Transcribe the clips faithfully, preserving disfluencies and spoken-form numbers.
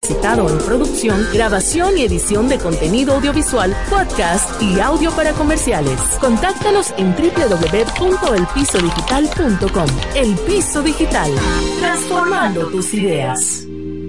Citado en producción, grabación y edición de contenido audiovisual, podcast y audio para comerciales. Contáctanos en doble u doble u doble u punto el piso digital punto com. El Piso Digital, transformando tus ideas.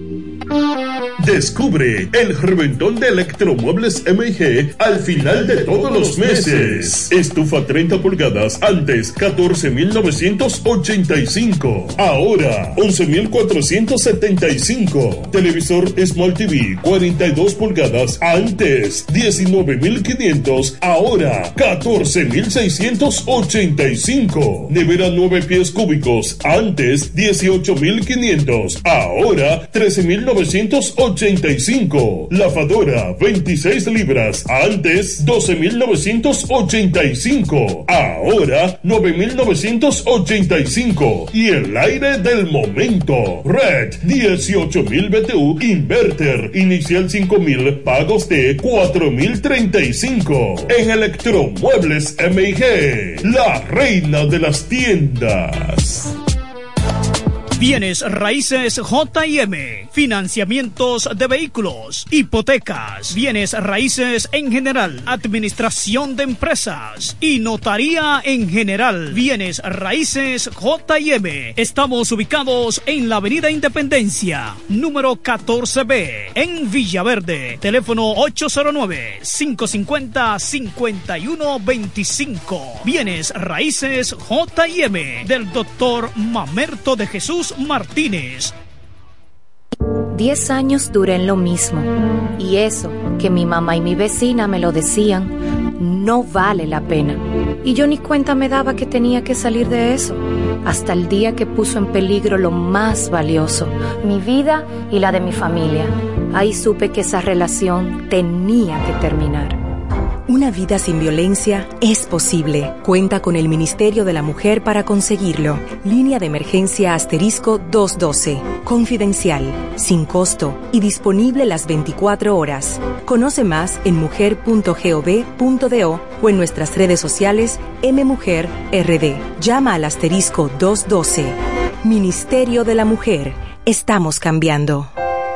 Descubre el reventón de Electromuebles M y G al final de todos los meses. Estufa treinta pulgadas, antes catorce mil novecientos ochenta y cinco, ahora once mil cuatrocientos setenta y cinco. Televisor Smart T V cuarenta y dos pulgadas, antes diecinueve mil quinientos, ahora catorce mil seiscientos ochenta y cinco. Nevera nueve pies cúbicos, antes dieciocho mil quinientos, ahora trece mil novecientos ochenta y cinco. Lavadora veintiséis libras, antes doce mil novecientos ochenta y cinco, ahora nueve mil novecientos ochenta y cinco. Y el aire del momento, Red dieciocho mil B T U Inverter, inicial cinco mil, pagos de cuatro mil treinta y cinco. En Electromuebles M y G, la reina de las tiendas. Bienes Raíces J y M, financiamientos de vehículos, hipotecas, bienes raíces en general, administración de empresas y notaría en general. Bienes Raíces J y M. Estamos ubicados en la Avenida Independencia, número catorce B, en Villaverde. Teléfono ocho cero nueve, cinco cinco cero, cinco uno dos cinco. Bienes Raíces J y M, del doctor Mamerto de Jesús Martínez. Diez años duré en lo mismo, y eso, que mi mamá y mi vecina me lo decían, no vale la pena. Y yo ni cuenta me daba que tenía que salir de eso, hasta el día que puso en peligro lo más valioso, mi vida y la de mi familia. Ahí supe que esa relación tenía que terminar. Una vida sin violencia es posible. Cuenta con el Ministerio de la Mujer para conseguirlo. Línea de emergencia asterisco doscientos doce. Confidencial, sin costo y disponible las veinticuatro horas. Conoce más en mujer punto gov punto do o en nuestras redes sociales M Mujer R D. Llama al asterisco doscientos doce. Ministerio de la Mujer. Estamos cambiando.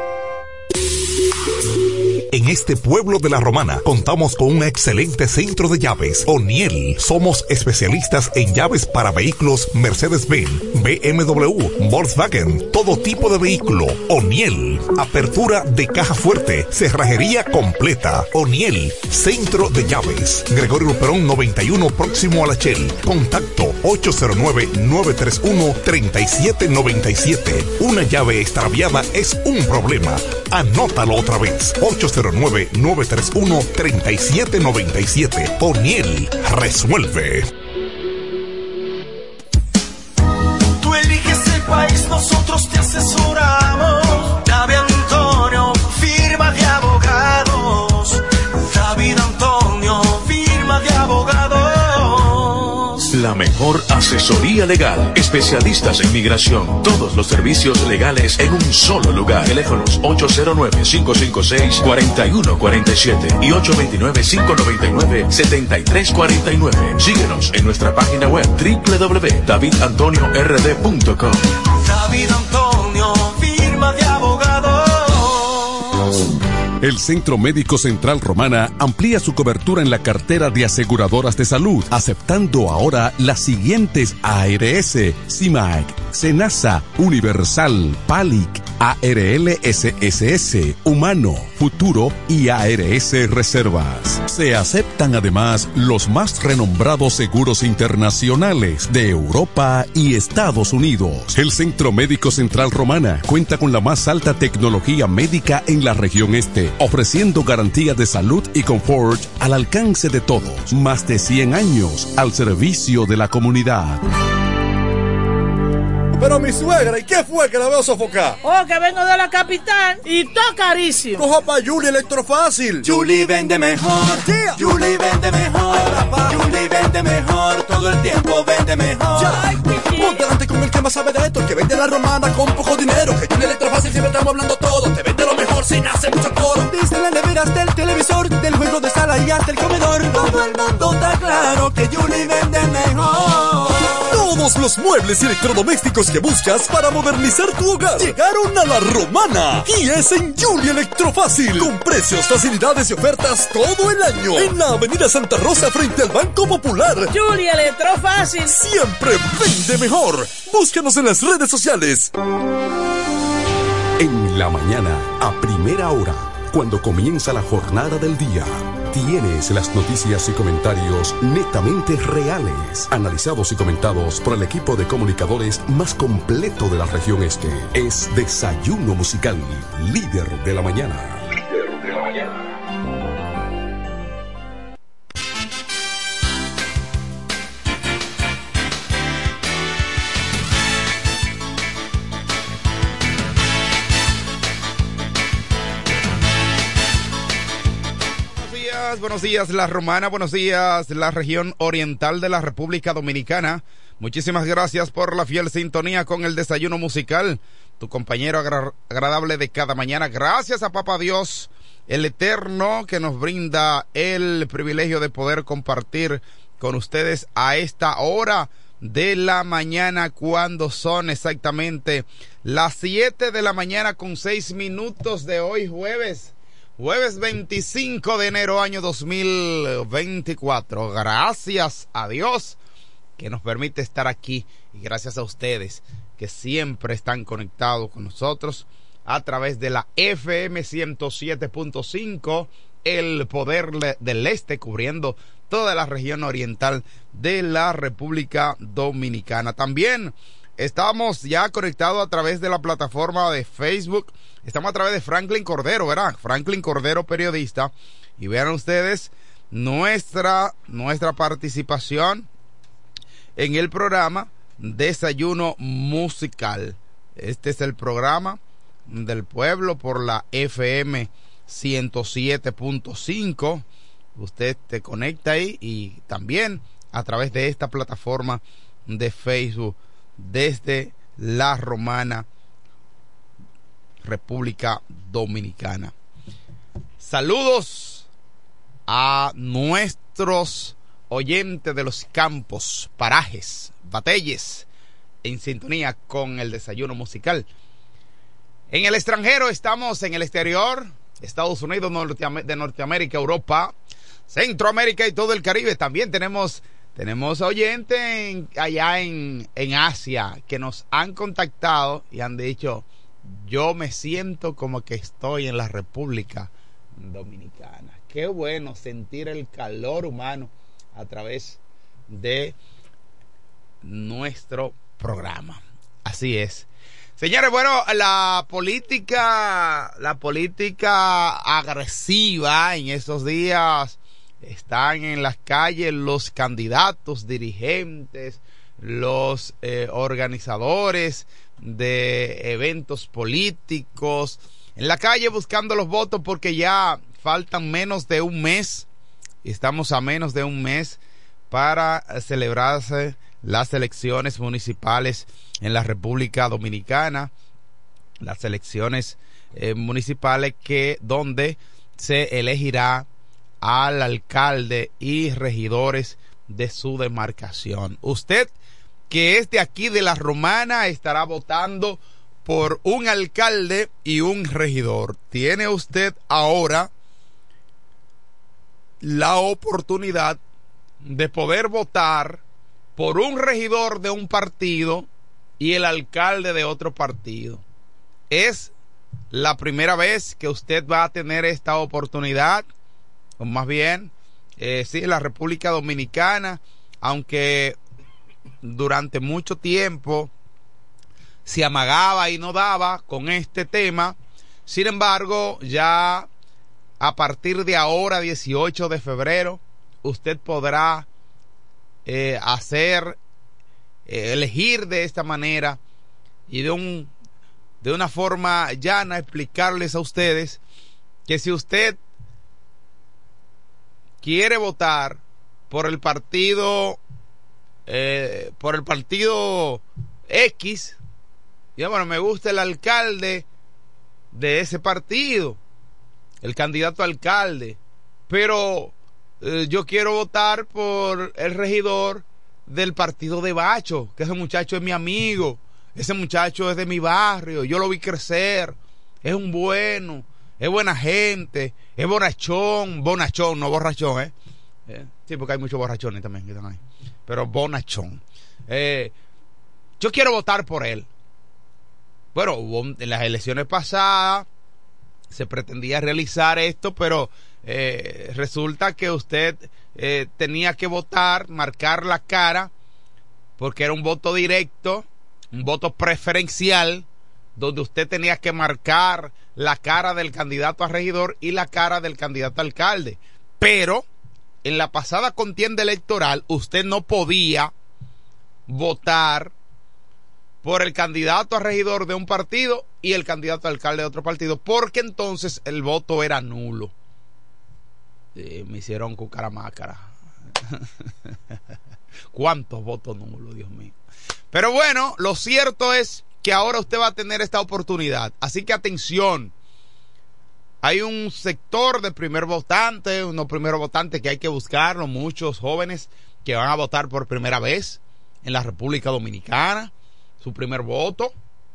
En este pueblo de La Romana contamos con un excelente centro de llaves, O'Neill. Somos especialistas en llaves para vehículos Mercedes-Benz, B M W, Volkswagen, todo tipo de vehículo. O'Neill. Apertura de caja fuerte, cerrajería completa. O'Neill, centro de llaves. Gregorio Luperón noventa y uno, próximo a la Shell. Contacto ocho cero nueve, nueve tres uno, tres siete nueve siete. Una llave extraviada es un problema. Anótalo otra vez. ocho cero nueve, nueve tres uno, tres siete nueve siete. O'Neill resuelve. Tú eliges el país, nosotros te asesoramos. David Antonio, firma de abogados. David Antonio, firma de abogados. La mejor asesoría legal. Especialistas en migración. Todos los servicios legales en un solo lugar. Teléfonos ocho cero nueve, cinco cinco seis, cuatro uno cuatro siete y ocho dos nueve, cinco nueve nueve, siete tres cuatro nueve. Síguenos en nuestra página web doble u doble u doble u punto david antonio r d punto com. David Antonio, firma de abogados. El Centro Médico Central Romana amplía su cobertura en la cartera de aseguradoras de salud, aceptando ahora las siguientes A R S, CIMAC, SENASA, Universal, PALIC, A R L S S S, Humano, Futuro y A R S Reservas. Se aceptan además los más renombrados seguros internacionales de Europa y Estados Unidos. El Centro Médico Central Romana cuenta con la más alta tecnología médica en la región este, ofreciendo garantía de salud y confort al alcance de todos. Más de cien años al servicio de la comunidad. Pero mi suegra, ¿y qué fue que la veo sofocar? Oh, que vengo de la capital y todo carísimo. Coja pa' Julie Electrofácil. Julie vende mejor. Yeah. Julie vende mejor. Julie vende mejor. Todo el tiempo vende mejor. Ponte delante con el que más sabe de esto, el que vende la romana con poco dinero. Que Julie Electrofácil siempre estamos hablando todo. Te vende lo mejor sin hacer mucho coro. Desde las neveras del televisor, del juego de sala y hasta el comedor. Todo el mundo está claro que Julie vende mejor. Todos los muebles y electrodomésticos que buscas para modernizar tu hogar llegaron a La Romana y es en Julia Electrofácil con precios, facilidades y ofertas todo el año en la Avenida Santa Rosa frente al Banco Popular. Julia Electrofácil siempre vende mejor. Búscanos en las redes sociales. En la mañana, a primera hora, cuando comienza la jornada del día, tienes las noticias y comentarios netamente reales, analizados y comentados por el equipo de comunicadores más completo de la región este. Es Desayuno Musical, líder de la mañana. Líder de la mañana. Buenos días, La Romana, buenos días, la región oriental de la República Dominicana. Muchísimas gracias por la fiel sintonía con el Desayuno Musical, tu compañero agra- agradable de cada mañana. Gracias a Papá Dios, el Eterno, que nos brinda el privilegio de poder compartir con ustedes a esta hora de la mañana, cuando son exactamente las siete de la mañana con seis minutos de hoy jueves. Jueves veinticinco de enero año dos mil veinticuatro. Gracias a Dios que nos permite estar aquí y gracias a ustedes que siempre están conectados con nosotros a través de la F M ciento siete punto cinco, el poder del este, cubriendo toda la región oriental de la República Dominicana. También estamos ya conectados a través de la plataforma de Facebook. Estamos a través de Franklin Cordero, ¿verdad? Franklin Cordero, periodista. Y vean ustedes nuestra, nuestra participación en el programa Desayuno Musical. Este es el programa del pueblo por la F M ciento siete punto cinco. Usted te conecta ahí y también a través de esta plataforma de Facebook desde La Romana, República Dominicana. Saludos a nuestros oyentes de los campos, parajes, batelles, en sintonía con el Desayuno Musical. En el extranjero estamos en el exterior, Estados Unidos de Norteamérica, Europa, Centroamérica y todo el Caribe. También tenemos tenemos oyentes en, allá en, en Asia que nos han contactado y han dicho: yo me siento como que estoy en la República Dominicana. Qué bueno sentir el calor humano a través de nuestro programa. Así es. Señores, bueno, la política, la política agresiva en estos días, están en las calles los candidatos, dirigentes, los eh, organizadores de eventos políticos, en la calle buscando los votos, porque ya faltan menos de un mes, estamos a menos de un mes para celebrarse las elecciones municipales en la República Dominicana, las elecciones eh, municipales que donde se elegirá al alcalde y regidores de su demarcación. Usted, que es de aquí de La Romana, estará votando por un alcalde y un regidor. Tiene usted ahora la oportunidad de poder votar por un regidor de un partido y el alcalde de otro partido. Es la primera vez que usted va a tener esta oportunidad, o más bien, eh, sí, en la República Dominicana, aunque durante mucho tiempo se amagaba y no daba con este tema. Sin embargo, ya a partir de ahora, dieciocho de febrero, usted podrá eh, hacer, eh, elegir de esta manera y de un de una forma llana explicarles a ustedes que si usted quiere votar por el partido eh, por el partido X, ya bueno, me gusta el alcalde de ese partido, el candidato a alcalde, pero eh, yo quiero votar por el regidor del partido de Bacho, que ese muchacho es mi amigo, ese muchacho es de mi barrio, yo lo vi crecer, es un bueno, es buena gente, es bonachón, bonachón, no borrachón, ¿eh? eh sí, porque hay muchos borrachones también que están ahí, pero bonachón. Eh, yo quiero votar por él. Bueno, hubo, en las elecciones pasadas se pretendía realizar esto, pero eh, resulta que usted eh, tenía que votar, marcar la cara, porque era un voto directo, un voto preferencial, donde usted tenía que marcar la cara del candidato a regidor y la cara del candidato a alcalde. Pero en la pasada contienda electoral usted no podía votar por el candidato a regidor de un partido y el candidato a alcalde de otro partido, porque entonces el voto era nulo. Sí, me hicieron cucaramácara. ¿Cuántos votos nulos, Dios mío? Pero bueno, lo cierto es que ahora usted va a tener esta oportunidad. Así que atención. Hay un sector de primer votante, unos primeros votantes que hay que buscarlo, muchos jóvenes que van a votar por primera vez en la República Dominicana, su primer voto.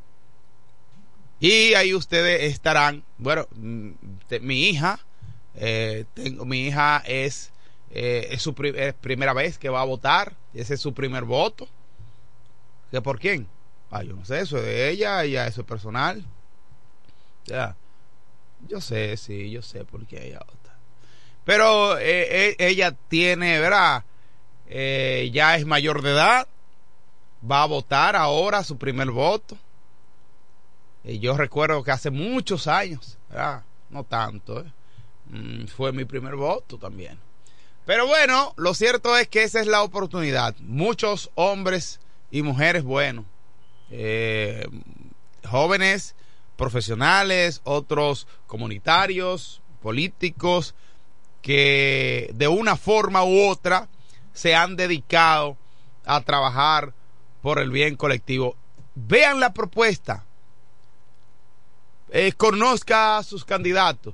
Y ahí ustedes estarán, bueno, te, mi hija, eh, tengo, mi hija es, eh, es su pri es primera vez que va a votar, ese es su primer voto. ¿Que por quién? Ah, yo no sé, eso es de ella, ella eso es personal. Ya, yo sé, sí, yo sé por qué ella vota. Pero eh, eh, ella tiene, ¿verdad? Eh, ya es mayor de edad, va a votar ahora su primer voto. Y yo recuerdo que hace muchos años, ¿verdad? No tanto, ¿eh? mm, fue mi primer voto también. Pero bueno, lo cierto es que esa es la oportunidad. Muchos hombres y mujeres, bueno, eh, jóvenes, profesionales, otros comunitarios, políticos, que de una forma u otra se han dedicado a trabajar por el bien colectivo. Vean la propuesta, eh, conozca a sus candidatos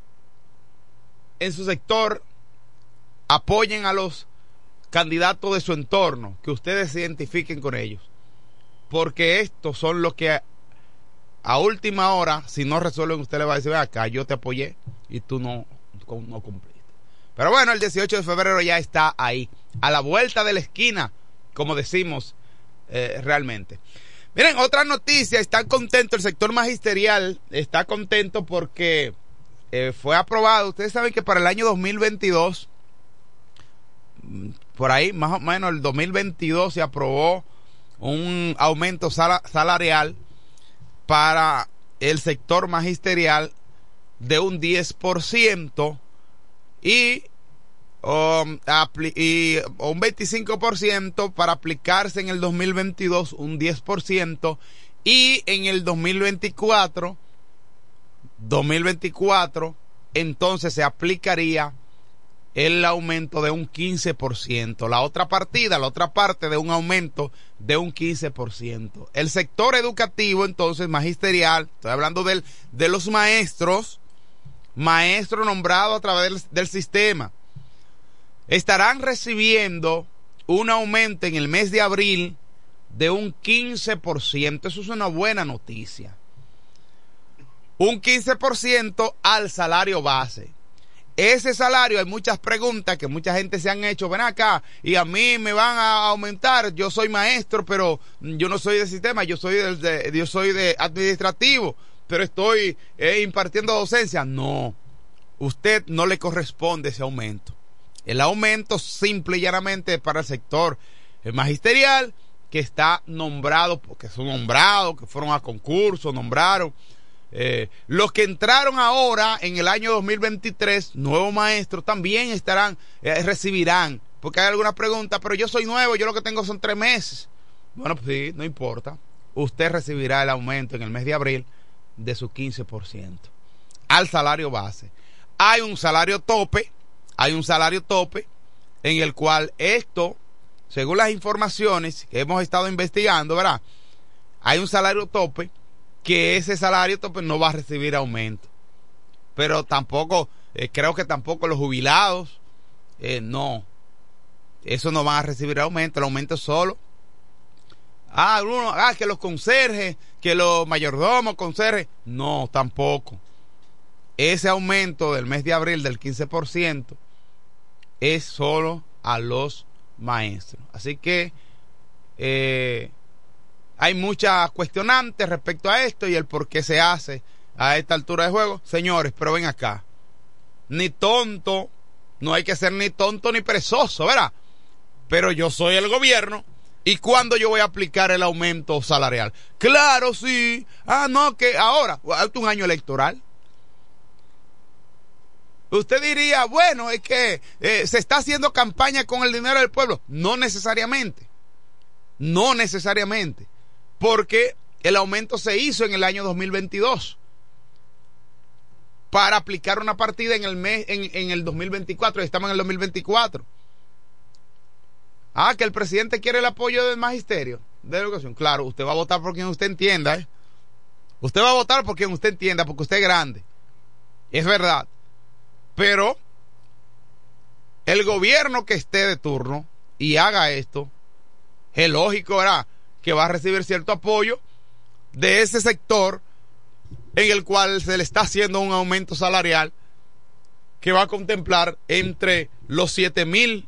en su sector, apoyen a los candidatos de su entorno, que ustedes se identifiquen con ellos, porque estos son los que a, a última hora, si no resuelven, usted le va a decir, acá yo te apoyé y tú no, no cumpliste. Pero bueno, el dieciocho de febrero ya está ahí, a la vuelta de la esquina, como decimos eh, realmente. Miren, otra noticia, está contento el sector magisterial, está contento porque eh, fue aprobado. Ustedes saben que para el año dos mil veintidós, por ahí más o menos el dos mil veintidós, se aprobó un aumento sal salarial para el sector magisterial de un diez por ciento y, um, y un veinticinco por ciento para aplicarse en el dos mil veintidós, un diez por ciento, y en el dos mil veinticuatro entonces se aplicaría el aumento de un quince por ciento. La otra partida, la otra parte de un aumento de un quince por ciento. El sector educativo, entonces, magisterial, estoy hablando del, de los maestros, maestros nombrados a través del, del sistema, estarán recibiendo un aumento en el mes de abril de un quince por ciento. Eso es una buena noticia. Un quince por ciento al salario base. Ese salario, hay muchas preguntas que mucha gente se han hecho. Ven acá, y a mí me van a aumentar. Yo soy maestro, pero yo no soy de sistema, yo soy de, de, yo soy de administrativo, pero estoy eh, impartiendo docencia. No, usted no le corresponde ese aumento. El aumento simple y llanamente para el sector magisterial, que está nombrado, porque son nombrados, que fueron a concurso, nombraron. Eh, los que entraron ahora en el año dos mil veintitrés, nuevos maestros, también estarán, eh, recibirán, porque hay alguna pregunta, pero yo soy nuevo, yo lo que tengo son tres meses. Bueno, pues sí, no importa. Usted recibirá el aumento en el mes de abril de su quince por ciento al salario base. Hay un salario tope, hay un salario tope en el cual esto, según las informaciones que hemos estado investigando, ¿verdad? Hay un salario tope que ese salario tope no va a recibir aumento, pero tampoco, eh, creo que tampoco los jubilados, eh, no, eso no van a recibir aumento. El aumento es solo ah, uno, ah, que los conserjes, que los mayordomos, conserjes, no, tampoco. Ese aumento del mes de abril del quince por ciento es solo a los maestros. Así que eh, hay muchas cuestionantes respecto a esto y el por qué se hace a esta altura de juego. Señores, pero ven acá, ni tonto, no hay que ser ni tonto ni perezoso, ¿verdad? Pero yo soy el gobierno. ¿Y cuándo yo voy a aplicar el aumento salarial? Claro, sí. Ah, no, que ahora, es un año electoral. Usted diría, bueno, es que eh, se está haciendo campaña con el dinero del pueblo. No necesariamente. No necesariamente. Porque el aumento se hizo en el año dos mil veintidós. Para aplicar una partida en el mes, en, en el dos mil veinticuatro. Y estamos en el dos mil veinticuatro. Ah, que el presidente quiere el apoyo del magisterio de educación. Claro, usted va a votar por quien usted entienda, ¿eh? Usted va a votar por quien usted entienda, porque usted es grande. Es verdad. Pero el gobierno que esté de turno y haga esto, es lógico, ¿verdad?, que va a recibir cierto apoyo de ese sector en el cual se le está haciendo un aumento salarial que va a contemplar entre los siete mil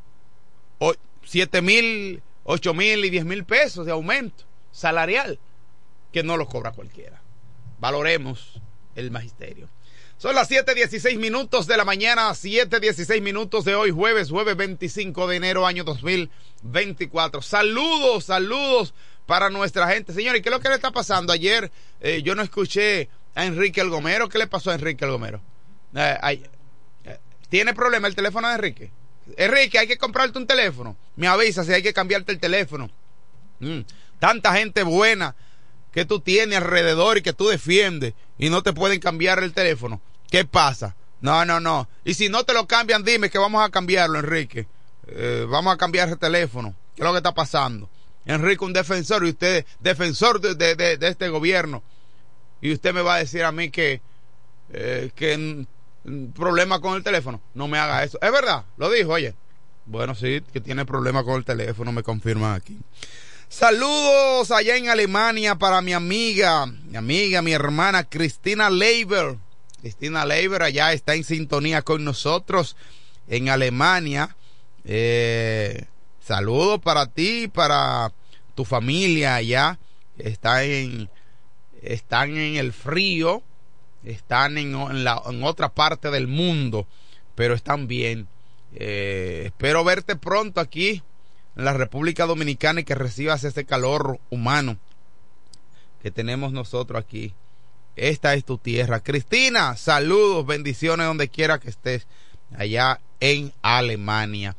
o siete mil, ocho mil y diez mil pesos de aumento salarial, que no lo cobra cualquiera. Valoremos el magisterio. Son las siete dieciséis minutos de la mañana, siete dieciséis minutos de hoy, jueves, jueves veinticinco de enero, año dos mil veinticuatro. Saludos, saludos para nuestra gente. Señores, ¿qué es lo que le está pasando? Ayer eh, yo no escuché a Enrique El Gomero. ¿Qué le pasó a Enrique El Gomero? Eh, ay, eh, ¿Tiene problema el teléfono de Enrique? Enrique, hay que comprarte un teléfono. Me avisa si hay que cambiarte el teléfono. Mm, tanta gente buena que tú tienes alrededor y que tú defiendes y no te pueden cambiar el teléfono. ¿Qué pasa? No, no, no. Y si no te lo cambian, dime que vamos a cambiarlo, Enrique. Eh, vamos a cambiar el teléfono. ¿Qué es lo que está pasando? Enrique, un defensor, y usted, defensor de, de, de, de este gobierno. Y usted me va a decir a mí que, eh, que problema con el teléfono. No me haga eso. Es verdad, lo dijo, oye. Bueno, sí, que tiene problema con el teléfono, me confirman aquí. Saludos allá en Alemania para mi amiga, mi amiga, mi hermana Cristina Leiber. Cristina Leiber allá está en sintonía con nosotros en Alemania. Eh, saludos para ti, para tu familia allá. Está en, están en el frío, están en, en, la, en otra parte del mundo, pero están bien. Eh, espero verte pronto aquí en la República Dominicana y que recibas ese calor humano que tenemos nosotros aquí. Esta es tu tierra. Cristina, saludos, bendiciones donde quiera que estés allá en Alemania.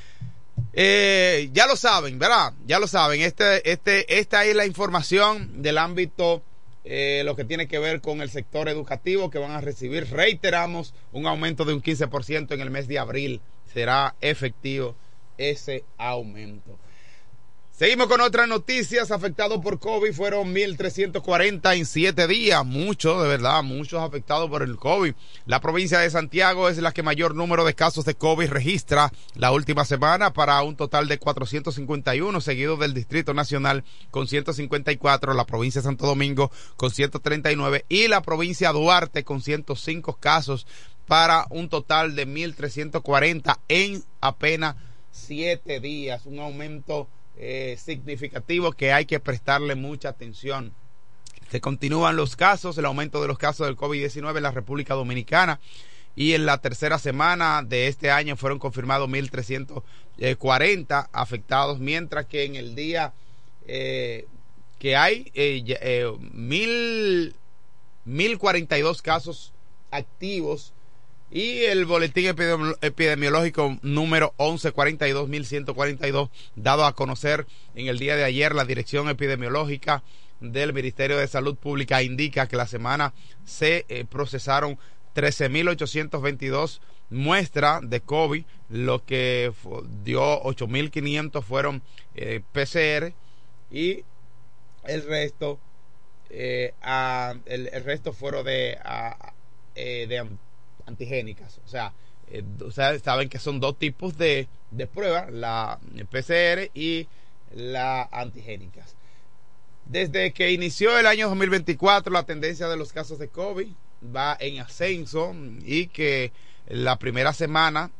Eh, ya lo saben, ¿verdad? Ya lo saben. Este, este, esta es la información del ámbito, eh, lo que tiene que ver con el sector educativo, que van a recibir, reiteramos, un aumento de un quince por ciento en el mes de abril. Será efectivo ese aumento. Seguimos con otras noticias. Afectados por COVID fueron mil trescientos cuarenta en siete días. Muchos, de verdad, muchos afectados por el COVID. La provincia de Santiago es la que mayor número de casos de COVID registra la última semana, para un total de cuatrocientos cincuenta y uno, seguido del Distrito Nacional con ciento cincuenta y cuatro, la provincia de Santo Domingo con ciento treinta y nueve y la provincia de Duarte con ciento cinco casos, para un total de mil trescientos cuarenta en apenas siete días. Un aumento Eh, significativo que hay que prestarle mucha atención. Se continúan los casos, el aumento de los casos del COVID diecinueve en la República Dominicana, y en la tercera semana de este año fueron confirmados mil trescientos cuarenta afectados, mientras que en el día eh, que hay eh, eh, mil, mil cuarenta y dos casos activos, y el boletín epidemiológico número once cuarenta y dos mil ciento cuarenta y dos, dado a conocer en el día de ayer, la Dirección Epidemiológica del Ministerio de Salud Pública indica que la semana se eh, procesaron trece mil ochocientos veintidós muestras de COVID, lo que dio ocho mil quinientos fueron eh, P C R, y el resto eh, a, el, el resto fueron de, a, eh, de antigénicas, o sea, Eh, ustedes saben que son dos tipos de, de pruebas, la P C R y la antigénicas. Desde que inició el año dos mil veinticuatro, la tendencia de los casos de COVID va en ascenso y que la primera semana,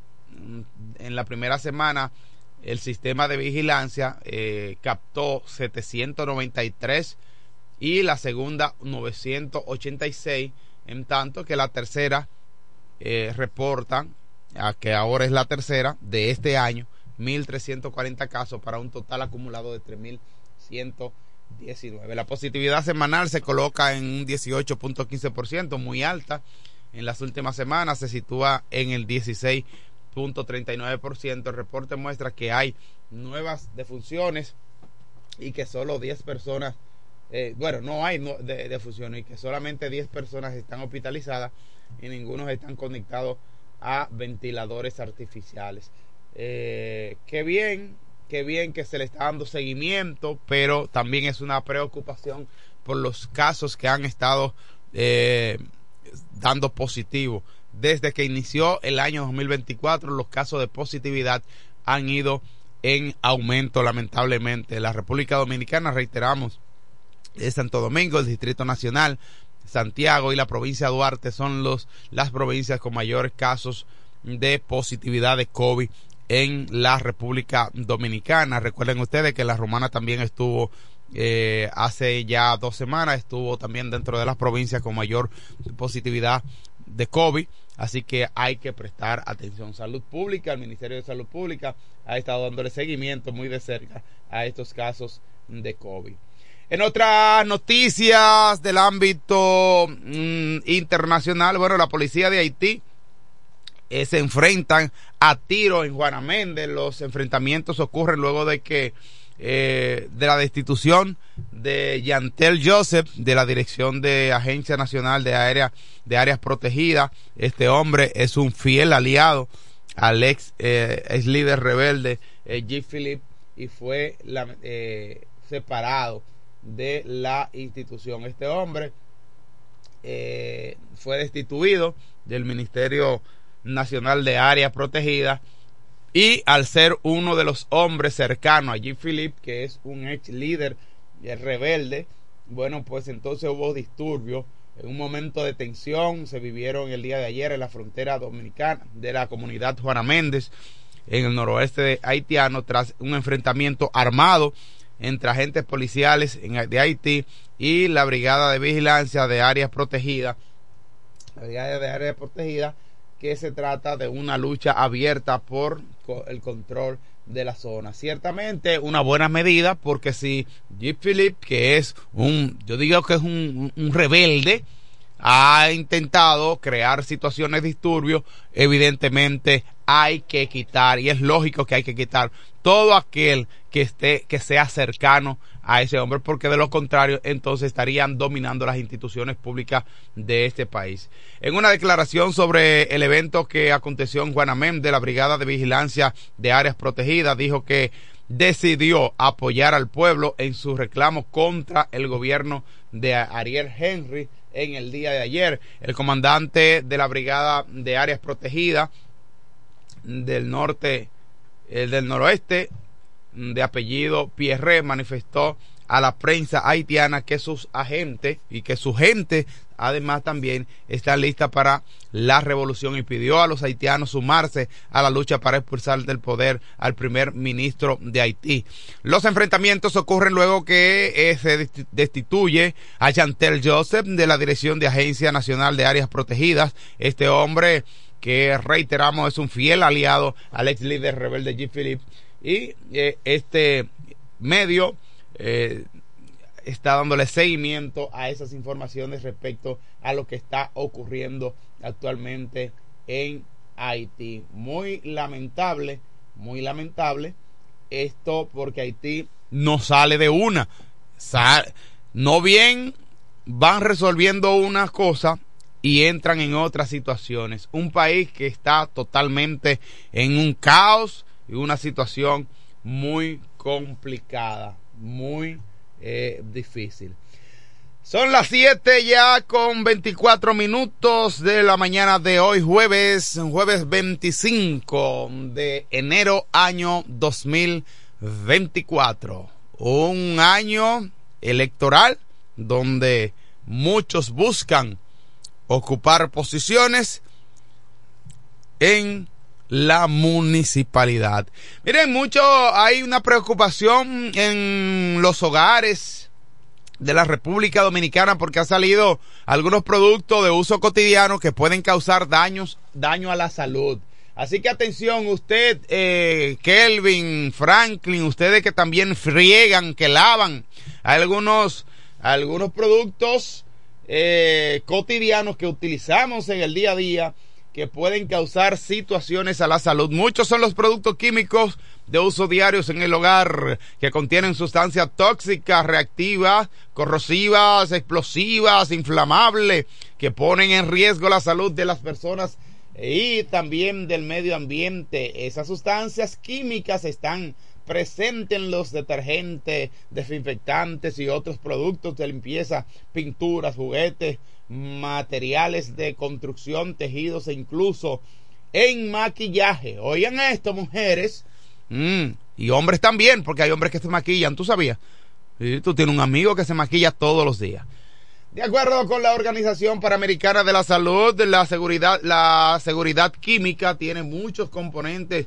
en la primera semana, el sistema de vigilancia eh, captó setecientos noventa y tres y la segunda novecientos ochenta y seis, en tanto que la tercera eh, reportan, a que ahora es la tercera de este año, mil trescientos cuarenta casos para un total acumulado de tres mil ciento diecinueve. La positividad semanal se coloca en un dieciocho punto quince por ciento, muy alta. En las últimas semanas se sitúa en el dieciséis punto treinta y nueve por ciento. El reporte muestra que hay nuevas defunciones y que solo diez personas, eh, bueno, no hay no, de, defunciones y que solamente diez personas están hospitalizadas y ninguno están conectados a ventiladores artificiales. Eh, qué bien, qué bien que se le está dando seguimiento, pero también es una preocupación por los casos que han estado eh, dando positivo. Desde que inició el año dos mil veinticuatro, los casos de positividad han ido en aumento, lamentablemente. La República Dominicana, reiteramos, es Santo Domingo, el Distrito Nacional, Santiago y la provincia de Duarte son los, las provincias con mayores casos de positividad de COVID en la República Dominicana. Recuerden ustedes que la Romana también estuvo eh, hace ya dos semanas, estuvo también dentro de las provincias con mayor positividad de COVID, así que hay que prestar atención. Salud Pública, el Ministerio de Salud Pública ha estado dándole seguimiento muy de cerca a estos casos de COVID. En otras noticias del ámbito mmm, internacional, bueno, la policía de Haití eh, se enfrentan a tiro en Juana Méndez. Los enfrentamientos ocurren luego de que eh, de la destitución de Yantel Joseph de la dirección de Agencia Nacional de Área de Áreas Protegidas. Este hombre es un fiel aliado al ex, eh, ex líder rebelde eh, G. Philip y fue la, eh, separado de la institución. Este hombre eh, fue destituido del Ministerio Nacional de Áreas Protegidas y al ser uno de los hombres cercanos a G. Philip, que es un ex líder rebelde, bueno, pues entonces hubo disturbios. En un momento de tensión se vivieron el día de ayer en la frontera dominicana de la comunidad Juana Méndez en el noroeste haitiano tras un enfrentamiento armado entre agentes policiales de Haití y la Brigada de Vigilancia de Áreas Protegidas. La Brigada de Áreas Protegidas, que se trata de una lucha abierta por el control de la zona. Ciertamente una buena medida, porque si G. Philip, que es un, yo digo que es un, un rebelde, ha intentado crear situaciones de disturbio, evidentemente hay que quitar, y es lógico que hay que quitar todo aquel que esté, que sea cercano a ese hombre, porque de lo contrario entonces estarían dominando las instituciones públicas de este país. En una declaración sobre el evento que aconteció en Juana Méndez, la Brigada de Vigilancia de Áreas Protegidas dijo que decidió apoyar al pueblo en su reclamo contra el gobierno de Ariel Henry en el día de ayer. El comandante de la Brigada de Áreas Protegidas del norte, el del noroeste, de apellido Pierre, manifestó a la prensa haitiana que sus agentes y que su gente además también está lista para la revolución y pidió a los haitianos sumarse a la lucha para expulsar del poder al primer ministro de Haití. Los enfrentamientos ocurren luego que eh, se destituye a Yantel Joseph de la dirección de Agencia Nacional de Áreas Protegidas. Este hombre, que reiteramos es un fiel aliado al ex líder rebelde G. Philip, y eh, este medio eh, está dándole seguimiento a esas informaciones respecto a lo que está ocurriendo actualmente en Haití. Muy lamentable, muy lamentable esto, porque Haití no sale de una. Sal, no bien van resolviendo unas cosas y entran en otras situaciones. Un país que está totalmente en un caos y una situación muy complicada, muy eh, difícil. Son las siete ya con veinticuatro minutos de la mañana de hoy, jueves, jueves veinticinco de enero, año dos mil veinticuatro. Un año electoral donde muchos buscan ocupar posiciones en la municipalidad. Miren, mucho, hay una preocupación en los hogares de la República Dominicana porque ha salido algunos productos de uso cotidiano que pueden causar daños, daño a la salud. Así que atención, usted, eh, Kelvin, Franklin, ustedes que también friegan, que lavan algunos, algunos productos eh, cotidianos que utilizamos en el día a día, que pueden causar situaciones a la salud. Muchos son los productos químicos de uso diarios en el hogar que contienen sustancias tóxicas, reactivas, corrosivas, explosivas, inflamables, que ponen en riesgo la salud de las personas y también del medio ambiente. Esas sustancias químicas están presentes en los detergentes, desinfectantes y otros productos de limpieza, pinturas, juguetes, materiales de construcción, tejidos e incluso en maquillaje. Oigan esto, mujeres, mm, y hombres también, porque hay hombres que se maquillan, ¿tú sabías? Sí, tú tienes un amigo que se maquilla todos los días. De acuerdo con la Organización Panamericana de la Salud, la seguridad, la seguridad química tiene muchos componentes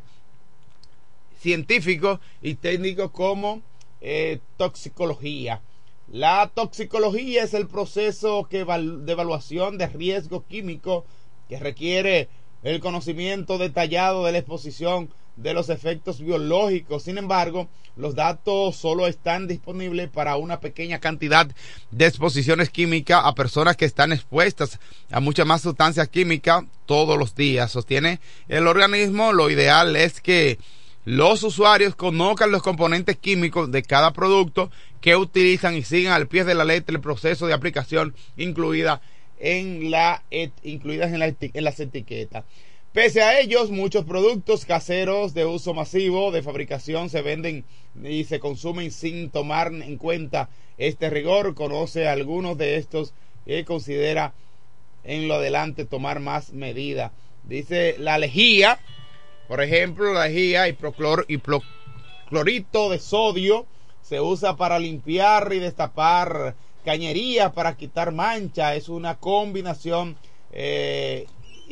científicos y técnicos como eh, toxicología. La toxicología es el proceso que de evaluación de riesgo químico que requiere el conocimiento detallado de la exposición de los efectos biológicos. Sin embargo, los datos solo están disponibles para una pequeña cantidad de exposiciones químicas a personas que están expuestas a muchas más sustancias químicas todos los días. Sostiene el organismo, lo ideal es que los usuarios conozcan los componentes químicos de cada producto que utilizan y sigan al pie de la letra el proceso de aplicación incluida en la et, incluidas en, la, en las etiquetas. Pese a ellos, muchos productos caseros de uso masivo de fabricación se venden y se consumen sin tomar en cuenta este rigor. Conoce algunos de estos y considera en lo adelante tomar más medidas. Dice la lejía, por ejemplo, la lejía, hipoclor, hipoclorito de sodio, se usa para limpiar y destapar cañerías, para quitar mancha. Es una combinación eh,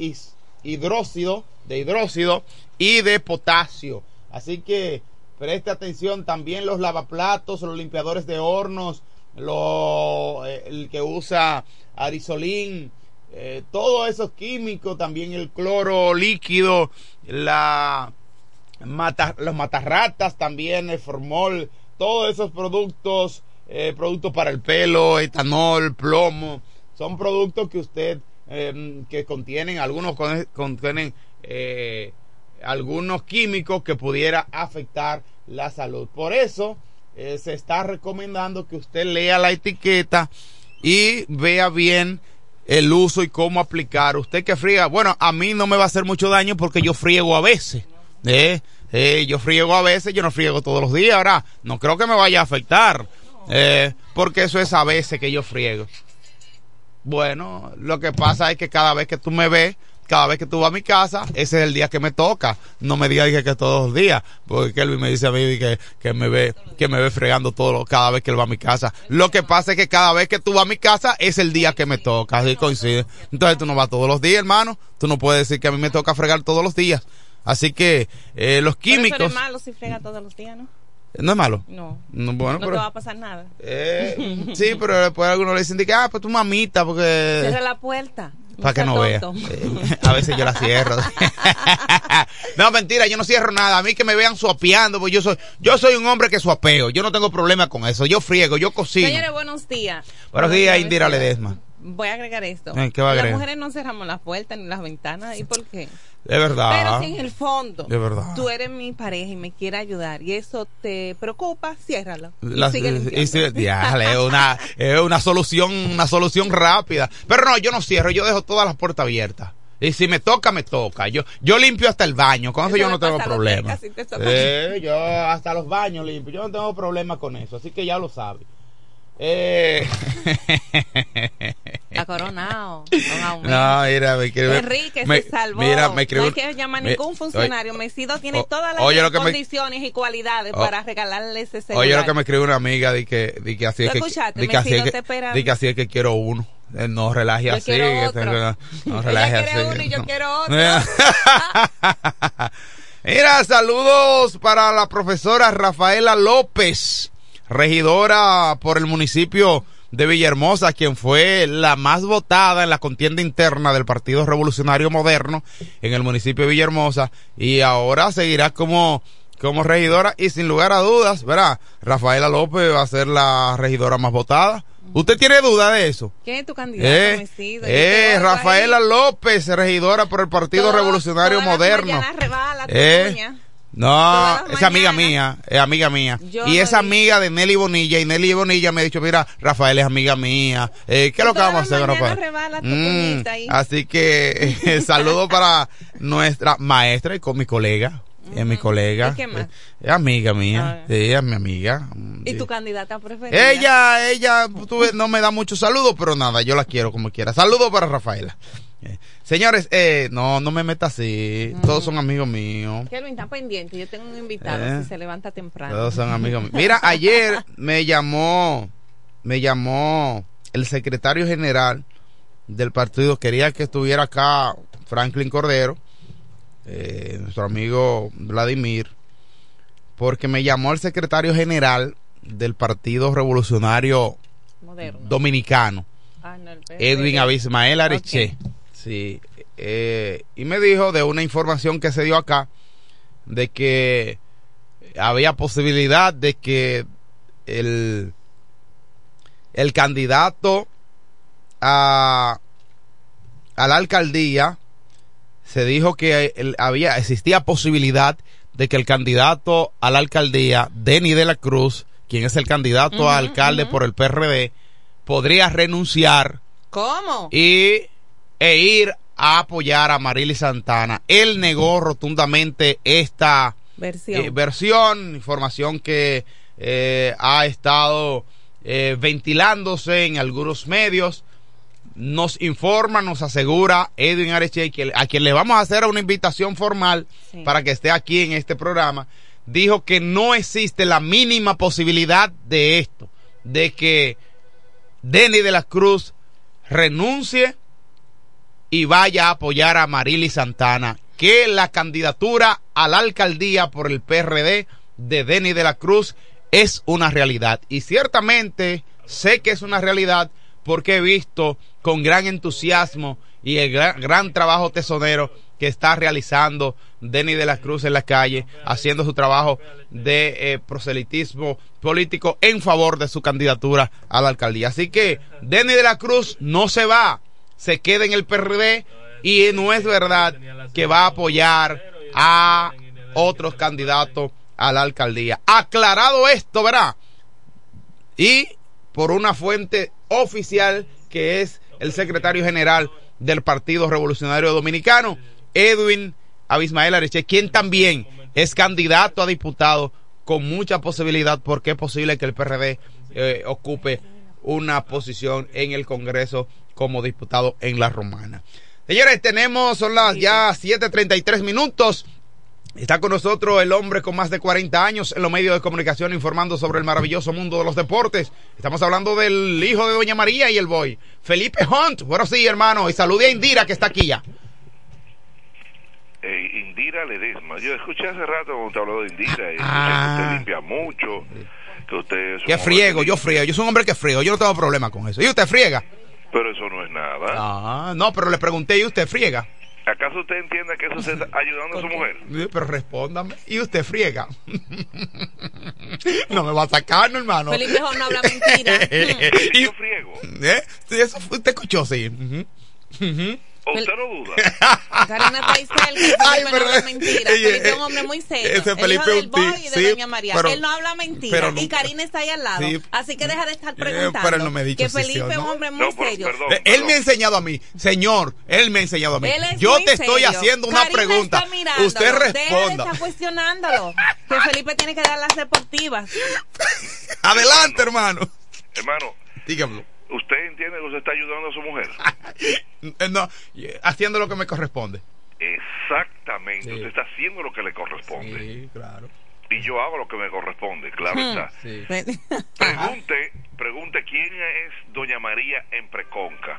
hidróxido, de hidróxido y de potasio. Así que preste atención. También los lavaplatos, los limpiadores de hornos, lo, eh, el que usa arisolín, eh, todos esos químicos, también el cloro líquido, la mata, los matarratas, también el formol, todos esos productos, eh, productos para el pelo, etanol, plomo, son productos que usted eh, que contienen, algunos contienen eh, algunos químicos que pudiera afectar la salud. Por eso eh, se está recomendando que usted lea la etiqueta y vea bien el uso y cómo aplicar. Usted que friega, bueno, a mí no me va a hacer mucho daño porque yo friego a veces, eh, eh, yo friego a veces, yo no friego todos los días. Ahora, no creo que me vaya a afectar, eh, porque eso es a veces que yo friego. Bueno, lo que pasa es que cada vez que tú me ves, cada vez que tú vas a mi casa, ese es el día que me toca. No me digas que, que todos los días, porque Kelvin me dice a mí que, que me ve, que me ve fregando todo cada vez que él va a mi casa. Lo que pasa es que cada vez que tú vas a mi casa, es el día que me toca, así coincide. Entonces tú no vas todos los días, hermano. Tú no puedes decir que a mí me toca fregar todos los días. Así que, eh, los químicos. Pero eso no es malo si frega todos los días, ¿no? ¿No es malo? No. No, bueno, no pero, te va a pasar nada. Eh, sí, pero después algunos le dicen que, ah, pues tu mamita, porque... Cierra la puerta. Para que no vea. Eh, a veces yo la cierro. No, mentira, yo no cierro nada. A mí que me vean suapeando, pues yo soy yo soy un hombre que suapeo. Yo no tengo problema con eso. Yo friego, yo cocino. Señores, buenos días. Buenos días, Indira Ledesma. Voy a agregar esto. ¿Qué va a agregar? Las mujeres no cerramos las puertas ni las ventanas. ¿Y por qué? De verdad. Pero si en el fondo de verdad. tú eres mi pareja y me quieres ayudar y eso te preocupa, ciérralo. La, y sigue limpiando. Y sigue, diale, es una, es una solución, una solución rápida. Pero no, yo no cierro, yo dejo todas las puertas abiertas. Y si me toca, me toca. Yo yo limpio hasta el baño, con eso, eso yo no tengo problema. Eh, yo hasta los baños limpio, yo no tengo problema con eso, así que ya lo sabes. Eh... Está coronado. No, mira, me escribe. Enrique me, se salvó. Mira, me escribe. No hay que llamar a ningún me, funcionario. Oye, Mesido tiene o, todas las oye, condiciones me, y cualidades o, para regalarle ese celular. Oye, lo que me escribe una amiga de que, de que así es que, de que, así es que, de que así es que quiero uno. No relaje yo así. Que tengo, no relaje Ella así. quiere uno y yo no. quiero otro. Mira, saludos para la profesora Rafaela López, regidora por el municipio de Villahermosa, quien fue la más votada en la contienda interna del Partido Revolucionario Moderno en el municipio de Villahermosa, y ahora seguirá como, como regidora, y sin lugar a dudas, ¿verdad? Rafaela López va a ser la regidora más votada. ¿Usted tiene duda de eso? ¿Quién es tu candidato? Eh, Mesido? eh Rafaela ahí. López, regidora por el Partido Todo, Revolucionario Moderno. Rebala, eh, no, es amiga mía, es amiga mía. Yo y es digo. amiga de Nelly Bonilla, y Nelly Bonilla me ha dicho, mira, Rafael es amiga mía. Eh, ¿Qué es lo que vamos a hacer, Rafael? Mm, así que eh, saludo para nuestra maestra y con mi colega. Uh-huh. Es mi colega. ¿Y qué más? Es amiga mía. Sí, es mi amiga. ¿Y sí. tu candidata preferida? Ella, ella, tú, no me da muchos saludos, pero nada, yo la quiero como quiera. Saludos para Rafaela. Eh, señores, eh, no, no me meta así. Mm. Todos son amigos míos. Kelvin, está pendiente. Yo tengo un invitado eh, si se levanta temprano. Todos son amigos míos. Mira, ayer me llamó, me llamó el secretario general del partido. Quería que estuviera acá Franklin Cordero. Eh, nuestro amigo Vladimir, porque me llamó el secretario general del Partido Revolucionario Moderno. Dominicano, ah, no, Edwin Abismael Areche, okay. Sí, eh, y me dijo de una información que se dio acá de que había posibilidad de que el el candidato a a la alcaldía, se dijo que el, había existía posibilidad de que el candidato a la alcaldía, Denny de la Cruz, quien es el candidato uh-huh, a alcalde uh-huh. por el P R D, podría renunciar. ¿Cómo? Y e ir a apoyar a Marily Santana. Él negó rotundamente esta versión, eh, versión información que eh, ha estado eh, ventilándose en algunos medios. Nos informa, nos asegura Edwin Areche, a quien le vamos a hacer una invitación formal sí. para que esté aquí en este programa. Dijo que no existe la mínima posibilidad de esto, de que Denny de la Cruz renuncie y vaya a apoyar a Marily Santana, que la candidatura a la alcaldía por el P R D de Denny de la Cruz es una realidad. Y ciertamente sé que es una realidad porque he visto con gran entusiasmo y el gran, gran trabajo tesonero que está realizando Denny de la Cruz en la calle, haciendo su trabajo de eh, proselitismo político en favor de su candidatura a la alcaldía. Así que Denny de la Cruz no se va, se queda en el P R D, y no es verdad que va a apoyar a otros candidatos a la alcaldía. Aclarado esto, ¿verdad? Y por una fuente oficial que es el secretario general del Partido Revolucionario Dominicano, Edwin Abismael Areche, quien también es candidato a diputado con mucha posibilidad, porque es posible que el P R D eh, ocupe una posición en el Congreso como diputado en La Romana. Señores, tenemos, son las ya siete treinta y tres minutos. Está con nosotros el hombre con más de cuarenta años en los medios de comunicación informando sobre el maravilloso mundo de los deportes. Estamos hablando del hijo de Doña María y el boy, Felipe Hunt. Bueno, sí, hermano, y salude a Indira, que está aquí ya. Eh, Indira Ledesma. Yo escuché hace rato cuando te habló de Indira. Y ah. que usted limpia mucho, que usted es que friego, yo friego. Yo soy un hombre que friego, yo no tengo problema con eso. ¿Y usted friega? Pero eso no es nada. Ah, no, pero le pregunté, ¿y usted friega? ¿Acaso usted entiende que eso se está ayudando a su mujer? Pero respóndame. ¿Y usted friega? No me va a sacar, no, hermano. Felipe no habla mentira. ¿Y yo friego? ¿Eh? Sí, eso usted escuchó, sí. Uh-huh. Uh-huh. ¿O usted no duda? Karina Paisel, que Felipe no habla mentira. Felipe es un hombre muy serio. Ese Felipe el hijo del boy y de sí, Doña María. Pero, él no habla mentira. Y Karina está ahí al lado. Sí, así que deja de estar preguntando. Eh, pero él no me ha dicho que Felipe es un hombre muy no, serio. Perdón, él perdón. me ha enseñado a mí, señor, él me ha enseñado a mí. Él es Yo muy te estoy serio. haciendo una Karina pregunta. Está mirándolo. Usted responda. Deja de estar cuestionándolo. Que Felipe tiene que dar las deportivas. Adelante, hermano. Hermano, dígamelo. ¿Usted entiende que usted está ayudando a su mujer? No, haciendo lo que me corresponde. Exactamente, sí. Usted está haciendo lo que le corresponde. Sí, claro. Y yo hago lo que me corresponde, claro está. Sí. Pregunte, pregunte quién es doña María en Preconca.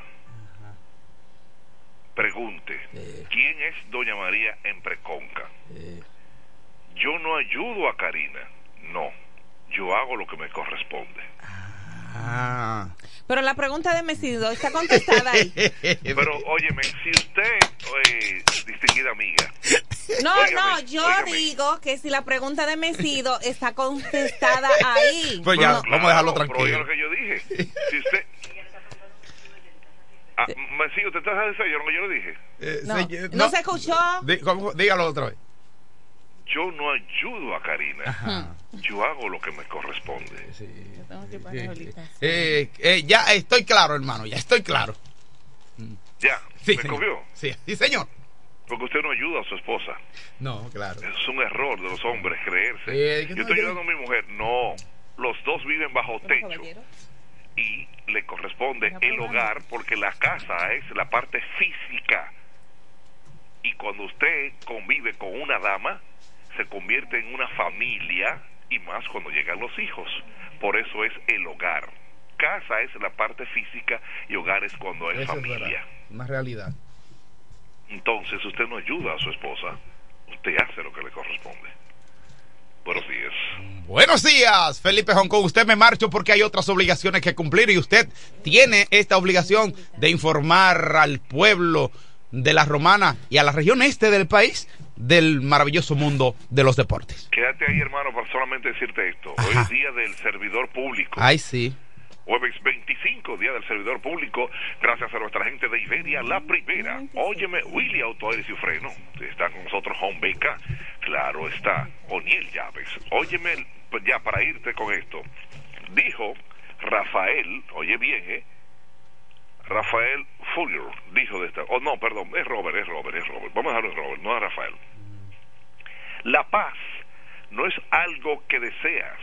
Pregunte, sí. ¿quién es doña María en Preconca? Sí. Yo no ayudo a Karina, no. Yo hago lo que me corresponde. Ah. Pero la pregunta de Mesido está contestada ahí. Pero, óyeme, si usted, oye, distinguida amiga. No, óigame, no, yo óigame. digo que si la pregunta de Mesido está contestada ahí. Pues ya, Bueno, vamos a dejarlo claro, tranquilo. Pero oiga lo que yo dije. Si usted... Ah, Mesido, ¿te estás diciendo yo lo que yo le dije? Eh, No, sí, no, no se escuchó. Dí- ¿cómo? Dígalo otra vez. Yo no ayudo a Karina. Ajá. Yo hago lo que me corresponde. Sí. Tengo que Sí, parar sí. ahorita. Eh, eh, ya estoy claro, hermano, ya estoy claro. Ya, Sí, ¿me señor. cogió? Sí, sí, señor. Porque usted no ayuda a su esposa. No, claro. Es un error de los hombres creerse. Eh, que yo no, estoy yo- ayudando a mi mujer. No, los dos viven bajo techo y le corresponde el hogar porque la casa es la parte física. Y cuando usted convive con una dama, se convierte en una familia y más cuando llegan los hijos. Por eso es el hogar. Casa es la parte física y hogar es cuando es Eso es familia. verdad. Una realidad. Entonces usted no ayuda a su esposa, usted hace lo que le corresponde. Buenos días. Buenos días, Felipe Hong Kong. Usted me marcho porque hay otras obligaciones que cumplir y usted tiene esta obligación de informar al pueblo de la Romana y a la región este del país del maravilloso mundo de los deportes. Quédate ahí, hermano, para solamente decirte esto. Hoy Ajá. es día del servidor público. Ay, sí. Jueves veinticinco, día del servidor público, gracias a nuestra gente de Iberia, la primera. Óyeme, Willy Auto Aires y Freno, está con nosotros Home Beca, claro está, O'Neill Llaves. Óyeme, pues ya para irte con esto, dijo Rafael, oye bien, eh, Rafael Fuller, dijo de esta, oh no, perdón, es Robert, es Robert, es Robert, vamos a dejarlo en Robert, no a Rafael. La paz no es algo que deseas,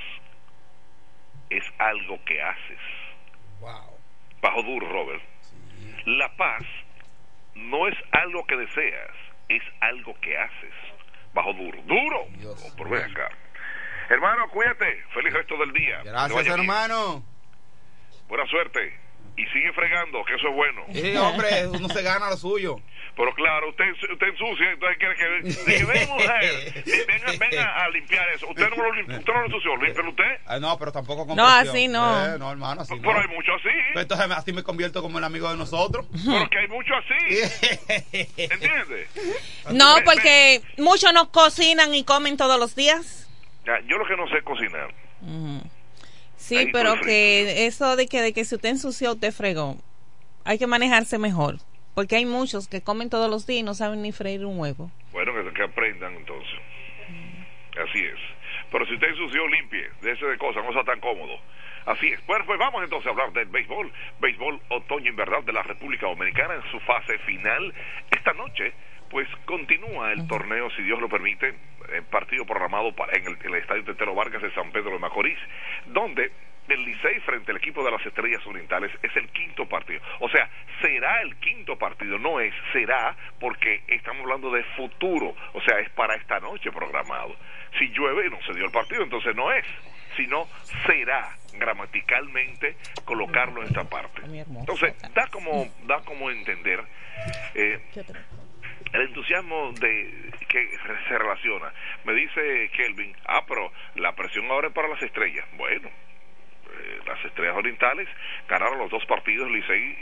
es algo que haces. Wow. Bajo duro, Robert. Sí. La paz no es algo que deseas, es algo que haces. Bajo duro. ¡Duro! Oh, por ven acá. Hermano, cuídate. Feliz resto del día. Gracias, hermano. Bien. Buena suerte. Y sigue fregando, que eso es bueno. Sí, hombre, uno se gana lo suyo. Pero claro, usted, usted ensucia, entonces quiere que, de que venga mujer, venga, venga a limpiar eso. Usted no lo, limpi, usted no lo ensució, límpialo usted. Ah, no, pero tampoco con No, presión. así no. Eh, no, hermano, así pero no. hay mucho así. Pero entonces así me convierto como el amigo de nosotros. Pero que hay mucho así. ¿Entiendes? No, porque muchos no cocinan y comen todos los días. Ya, yo lo que no sé es cocinar. Uh-huh. Sí, Ahí pero estoy que frito. eso de que de que si usted ensució, usted fregó. Hay que manejarse mejor. Porque hay muchos que comen todos los días y no saben ni freír un huevo. Bueno, que, que aprendan entonces. Así es. Pero si usted ensució, limpie. Déjese de cosas, no sea tan cómodo. Así es. Bueno, pues vamos entonces a hablar del béisbol. Béisbol otoño invernal de la República Dominicana en su fase final. Esta noche, pues continúa el uh-huh. torneo, si Dios lo permite, el partido programado para, en, el, en el Estadio Tetelo Vargas de San Pedro de Macorís, donde el Licey frente al equipo de las Estrellas Orientales es el quinto partido. O sea, será el quinto partido, no es, será, porque estamos hablando de futuro, o sea, es para esta noche programado. Si llueve y no se dio el partido, entonces no es, sino será gramaticalmente colocarlo en esta parte. Entonces, da como, da como entender eh, el entusiasmo de que se relaciona. Me dice Kelvin, ah, pero la presión ahora es para las estrellas. Bueno, las Estrellas Orientales ganaron los dos partidos, Licey